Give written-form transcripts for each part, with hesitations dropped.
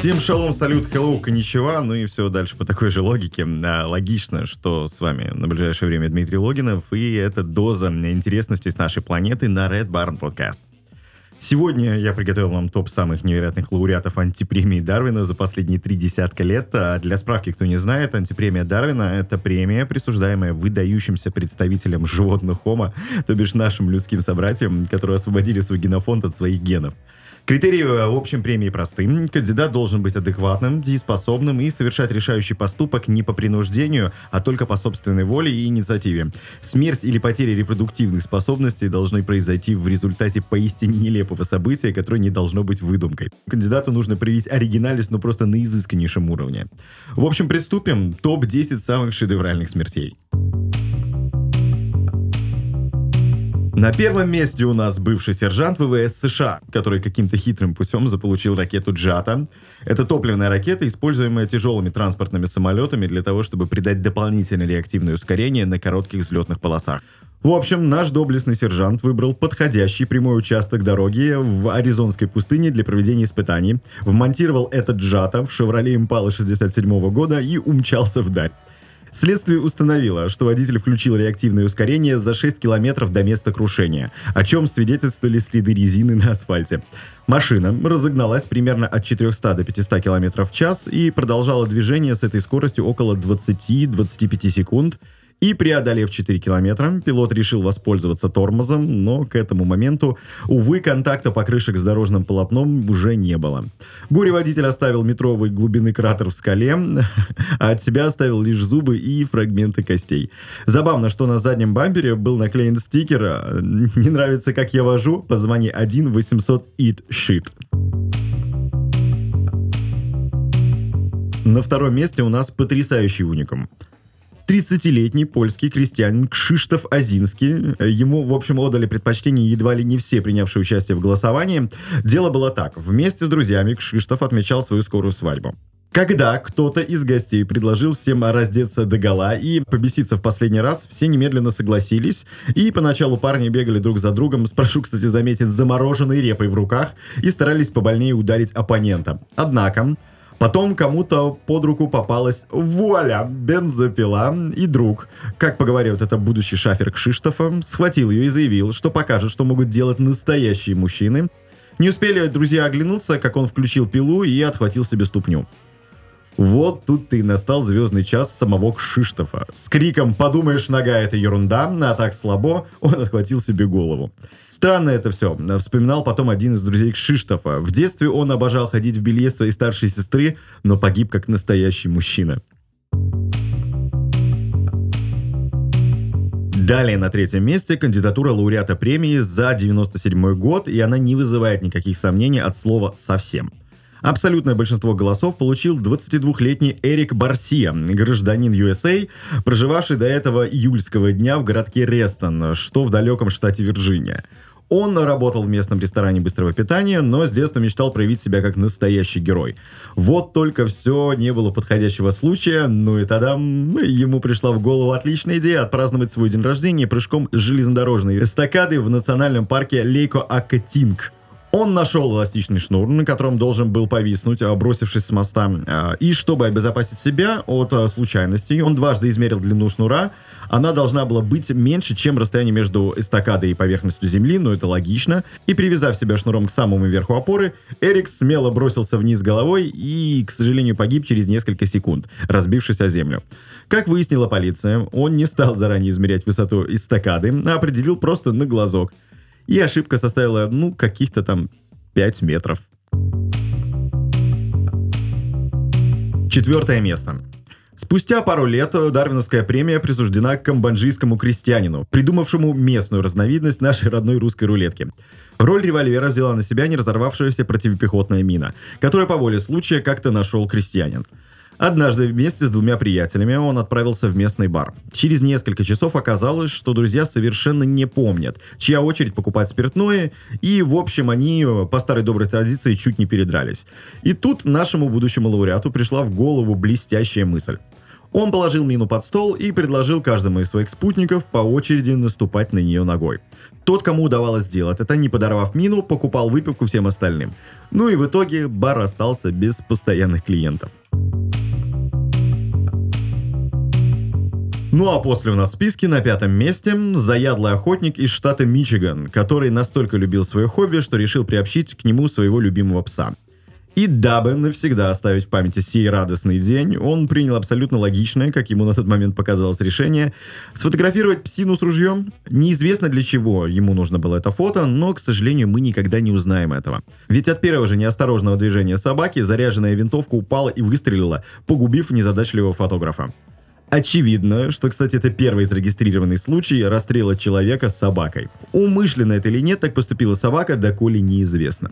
Всем шалом, салют, hello, коничева, ну и все дальше по такой же логике. Логично, что с вами на ближайшее время Дмитрий Логинов, и это доза интересности с нашей планеты на Red Barn Podcast. Сегодня я приготовил вам топ самых невероятных лауреатов антипремии Дарвина за последние 3 десятка лет. Для справки, кто не знает, антипремия Дарвина — это премия, присуждаемая выдающимся представителям животных Homo, то бишь нашим людским собратьям, которые освободили свой генофонд от своих генов. Критерии, в общем, премии просты. Кандидат должен быть адекватным, дееспособным и совершать решающий поступок не по принуждению, а только по собственной воле и инициативе. Смерть или потеря репродуктивных способностей должны произойти в результате поистине нелепого события, которое не должно быть выдумкой. Кандидату нужно проявить оригинальность, но просто на изысканнейшем уровне. В общем, приступим. Топ-10 самых шедевральных смертей. На первом месте у нас бывший сержант ВВС США, который каким-то хитрым путем заполучил ракету «Джата». Это топливная ракета, используемая тяжелыми транспортными самолетами для того, чтобы придать дополнительное реактивное ускорение на коротких взлетных полосах. В общем, наш доблестный сержант выбрал подходящий прямой участок дороги в Аризонской пустыне для проведения испытаний, вмонтировал этот «Джата» в «Шевроле Импала» 1967 года и умчался вдаль. Следствие установило, что водитель включил реактивное ускорение за 6 километров до места крушения, о чем свидетельствовали следы резины на асфальте. Машина разогналась примерно от 400 до 500 км в час и продолжала движение с этой скоростью около 20-25 секунд. И, преодолев 4 километра, пилот решил воспользоваться тормозом, но к этому моменту, увы, контакта покрышек с дорожным полотном уже не было. Горе-водитель оставил метровой глубины кратер в скале, а от себя оставил лишь зубы и фрагменты костей. Забавно, что на заднем бампере был наклеен стикер «Не нравится, как я вожу? Позвони 1-800-EAT-SHIT». На втором месте у нас потрясающий уникум. 30-летний польский крестьянин Кшиштоф Азинский. Ему, в общем, отдали предпочтение едва ли не все, принявшие участие в голосовании. Дело было так. Вместе с друзьями Кшиштоф отмечал свою скорую свадьбу. Когда кто-то из гостей предложил всем раздеться догола и побеситься в последний раз, все немедленно согласились. И поначалу парни бегали друг за другом, спрошу, кстати, заметить, замороженной репой в руках, и старались побольнее ударить оппонента. Однако потом кому-то под руку попалась вуаля, бензопила, и друг, как поговаривают, это будущий шафер Кшиштофа, схватил ее и заявил, что покажет, что могут делать настоящие мужчины. Не успели друзья оглянуться, как он включил пилу и отхватил себе ступню. Вот тут-то и настал звездный час самого Кшиштофа. С криком «Подумаешь, нога — это ерунда, а так слабо», он отхватил себе голову. Странно это все, вспоминал потом один из друзей Кшиштофа. В детстве он обожал ходить в белье своей старшей сестры, но погиб как настоящий мужчина. Далее на третьем месте кандидатура лауреата премии за 1997 год, и она не вызывает никаких сомнений от слова «совсем». Абсолютное большинство голосов получил 22-летний Эрик Барсия, гражданин USA, проживавший до этого июльского дня в городке Рестон, что в далеком штате Вирджиния. Он работал в местном ресторане быстрого питания, но с детства мечтал проявить себя как настоящий герой. Вот только все не было подходящего случая, ну и тогда ему пришла в голову отличная идея отпраздновать свой день рождения прыжком с железнодорожной эстакады в национальном парке Лейко-Акатинг. Он нашел эластичный шнур, на котором должен был повиснуть, бросившись с моста. И чтобы обезопасить себя от случайностей, он дважды измерил длину шнура. Она должна была быть меньше, чем расстояние между эстакадой и поверхностью земли, но это логично. И привязав себя шнуром к самому верху опоры, Эрик смело бросился вниз головой и, к сожалению, погиб через несколько секунд, разбившись о землю. Как выяснила полиция, он не стал заранее измерять высоту эстакады, а определил просто на глазок. И ошибка составила, каких-то там 5 метров. 4 место. Спустя пару лет Дарвиновская премия присуждена камбоджийскому крестьянину, придумавшему местную разновидность нашей родной русской рулетки. Роль револьвера взяла на себя неразорвавшаяся противопехотная мина, которую по воле случая как-то нашел крестьянин. Однажды вместе с 2 приятелями он отправился в местный бар. Через несколько часов оказалось, что друзья совершенно не помнят, чья очередь покупать спиртное, и, в общем, они по старой доброй традиции чуть не передрались. И тут нашему будущему лауреату пришла в голову блестящая мысль. Он положил мину под стол и предложил каждому из своих спутников по очереди наступать на нее ногой. Тот, кому удавалось сделать это, не подорвав мину, покупал выпивку всем остальным. Ну и в итоге бар остался без постоянных клиентов. Ну а после у нас в списке на 5-м месте заядлый охотник из штата Мичиган, который настолько любил свое хобби, что решил приобщить к нему своего любимого пса. И дабы навсегда оставить в памяти сей радостный день, он принял абсолютно логичное, как ему на тот момент показалось, решение сфотографировать псину с ружьем. Неизвестно для чего ему нужно было это фото, но, к сожалению, мы никогда не узнаем этого. Ведь от первого же неосторожного движения собаки заряженная винтовка упала и выстрелила, погубив незадачливого фотографа. Очевидно, что, кстати, это первый зарегистрированный случай расстрела человека с собакой. Умышленно это или нет, так поступила собака, доколе неизвестно.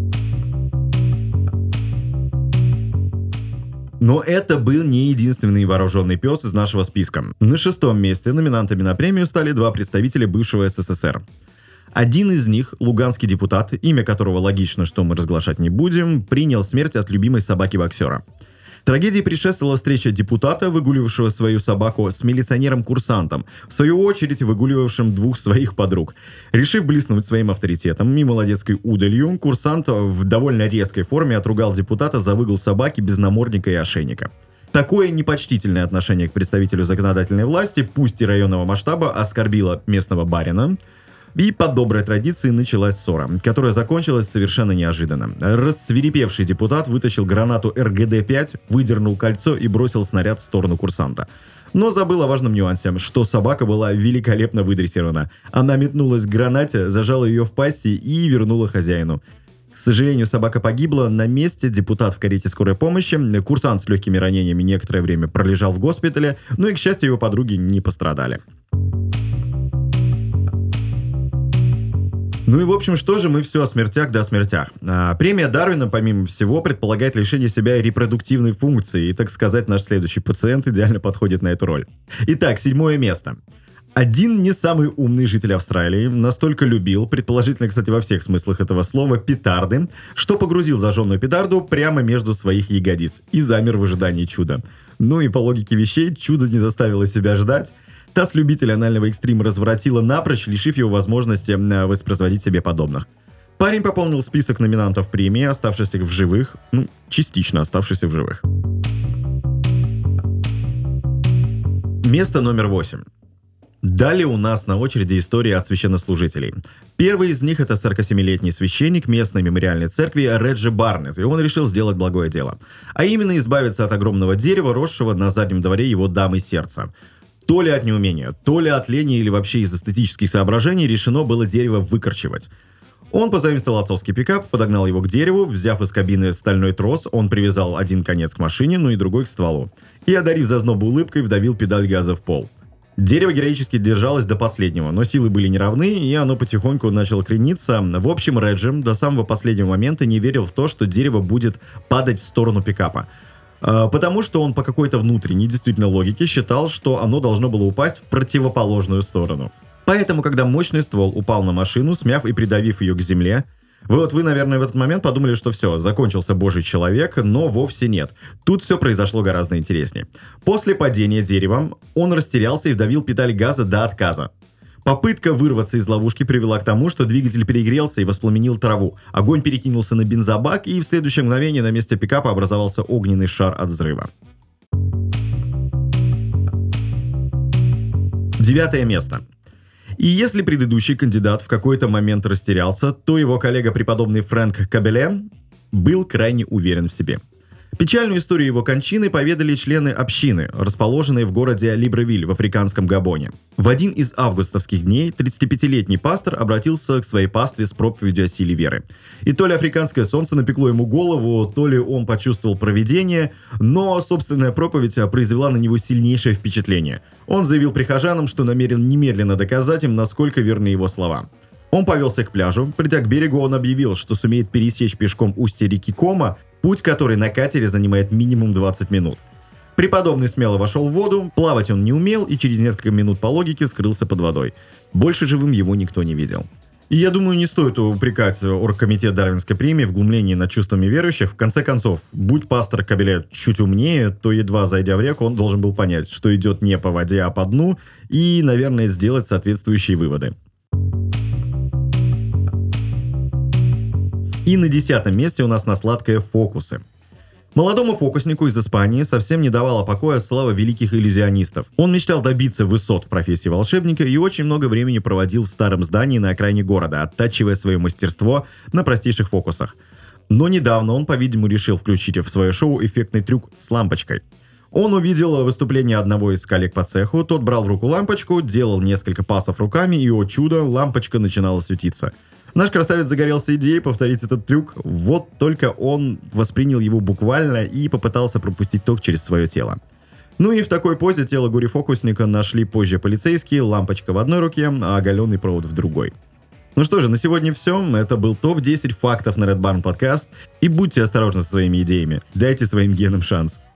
Но это был не единственный вооруженный пес из нашего списка. На 6-м месте номинантами на премию стали 2 представителя бывшего СССР. Один из них, луганский депутат, имя которого логично, что мы разглашать не будем, принял смерть от любимой собаки-боксера. Трагедии предшествовала встреча депутата, выгуливавшего свою собаку, с милиционером-курсантом, в свою очередь выгуливавшим 2 своих подруг. Решив блеснуть своим авторитетом и молодецкой удалью, курсант в довольно резкой форме отругал депутата за выгул собаки без намордника и ошейника. Такое непочтительное отношение к представителю законодательной власти, пусть и районного масштаба, оскорбило местного барина. И по доброй традиции началась ссора, которая закончилась совершенно неожиданно. Рассвирепевший депутат вытащил гранату РГД-5, выдернул кольцо и бросил снаряд в сторону курсанта. Но забыл о важном нюансе, что собака была великолепно выдрессирована. Она метнулась к гранате, зажала ее в пасти и вернула хозяину. К сожалению, собака погибла на месте, депутат в карете скорой помощи, курсант с легкими ранениями некоторое время пролежал в госпитале, но и, к счастью, его подруги не пострадали. Ну и в общем, что же мы все о смертях да о смертях. Премия Дарвина, помимо всего, предполагает лишение себя репродуктивной функции, и, так сказать, наш следующий пациент идеально подходит на эту роль. Итак, 7-е место. Один не самый умный житель Австралии настолько любил, предположительно, кстати, во всех смыслах этого слова, петарды, что погрузил зажженную петарду прямо между своих ягодиц и замер в ожидании чуда. Ну и по логике вещей, чудо не заставило себя ждать. ТАСС-любитель анального экстрима разворотила напрочь, лишив его возможности воспроизводить себе подобных. Парень пополнил список номинантов премии, оставшихся в живых, частично оставшихся в живых. Место номер 8. Далее у нас на очереди история от священнослужителей. Первый из них — это 47-летний священник местной мемориальной церкви Реджи Барнетт, и он решил сделать благое дело. А именно избавиться от огромного дерева, росшего на заднем дворе его дамы сердца. То ли от неумения, то ли от лени или вообще из эстетических соображений решено было дерево выкорчевать. Он позаимствовал отцовский пикап, подогнал его к дереву, взяв из кабины стальной трос, он привязал один конец к машине, ну и другой к стволу. И, одарив зазнобу улыбкой, вдавил педаль газа в пол. Дерево героически держалось до последнего, но силы были неравны, и оно потихоньку начало крениться. В общем, Реджи до самого последнего момента не верил в то, что дерево будет падать в сторону пикапа. Потому что он по какой-то внутренней действительно логике считал, что оно должно было упасть в противоположную сторону. Поэтому, когда мощный ствол упал на машину, смяв и придавив ее к земле, вы, наверное, в этот момент подумали, что все, закончился божий человек, но вовсе нет. Тут все произошло гораздо интереснее. После падения деревом он растерялся и вдавил педаль газа до отказа. Попытка вырваться из ловушки привела к тому, что двигатель перегрелся и воспламенил траву. Огонь перекинулся на бензобак, и в следующее мгновение на месте пикапа образовался огненный шар от взрыва. 9-е место. И если предыдущий кандидат в какой-то момент растерялся, то его коллега преподобный Фрэнк Кабеле был крайне уверен в себе. Печальную историю его кончины поведали члены общины, расположенной в городе Либревиль в африканском Габоне. В один из августовских дней 35-летний пастор обратился к своей пастве с проповедью о силе веры. И то ли африканское солнце напекло ему голову, то ли он почувствовал провидение, но собственная проповедь произвела на него сильнейшее впечатление. Он заявил прихожанам, что намерен немедленно доказать им, насколько верны его слова. Он повелся к пляжу. Придя к берегу, он объявил, что сумеет пересечь пешком устье реки Кома, путь который на катере занимает минимум 20 минут. Преподобный смело вошел в воду, плавать он не умел и через несколько минут по логике скрылся под водой. Больше живым его никто не видел. И я думаю, не стоит упрекать оргкомитет Дарвинской премии в глумлении над чувствами верующих. В конце концов, будь пастор Кабеля чуть умнее, то, едва зайдя в реку, он должен был понять, что идет не по воде, а по дну, и, наверное, сделать соответствующие выводы. И на 10-м месте у нас на сладкое фокусы. Молодому фокуснику из Испании совсем не давала покоя слава великих иллюзионистов. Он мечтал добиться высот в профессии волшебника и очень много времени проводил в старом здании на окраине города, оттачивая свое мастерство на простейших фокусах. Но недавно он, по-видимому, решил включить в свое шоу эффектный трюк с лампочкой. Он увидел выступление одного из коллег по цеху, тот брал в руку лампочку, делал несколько пасов руками, и, о чудо, лампочка начинала светиться. Наш красавец загорелся идеей повторить этот трюк, вот только он воспринял его буквально и попытался пропустить ток через свое тело. Ну и в такой позе тело горе-фокусника нашли позже полицейские, лампочка в одной руке, а оголенный провод в другой. Ну что же, на сегодня все. Это был топ-10 фактов на Red Barn Podcast. И будьте осторожны со своими идеями. Дайте своим генам шанс.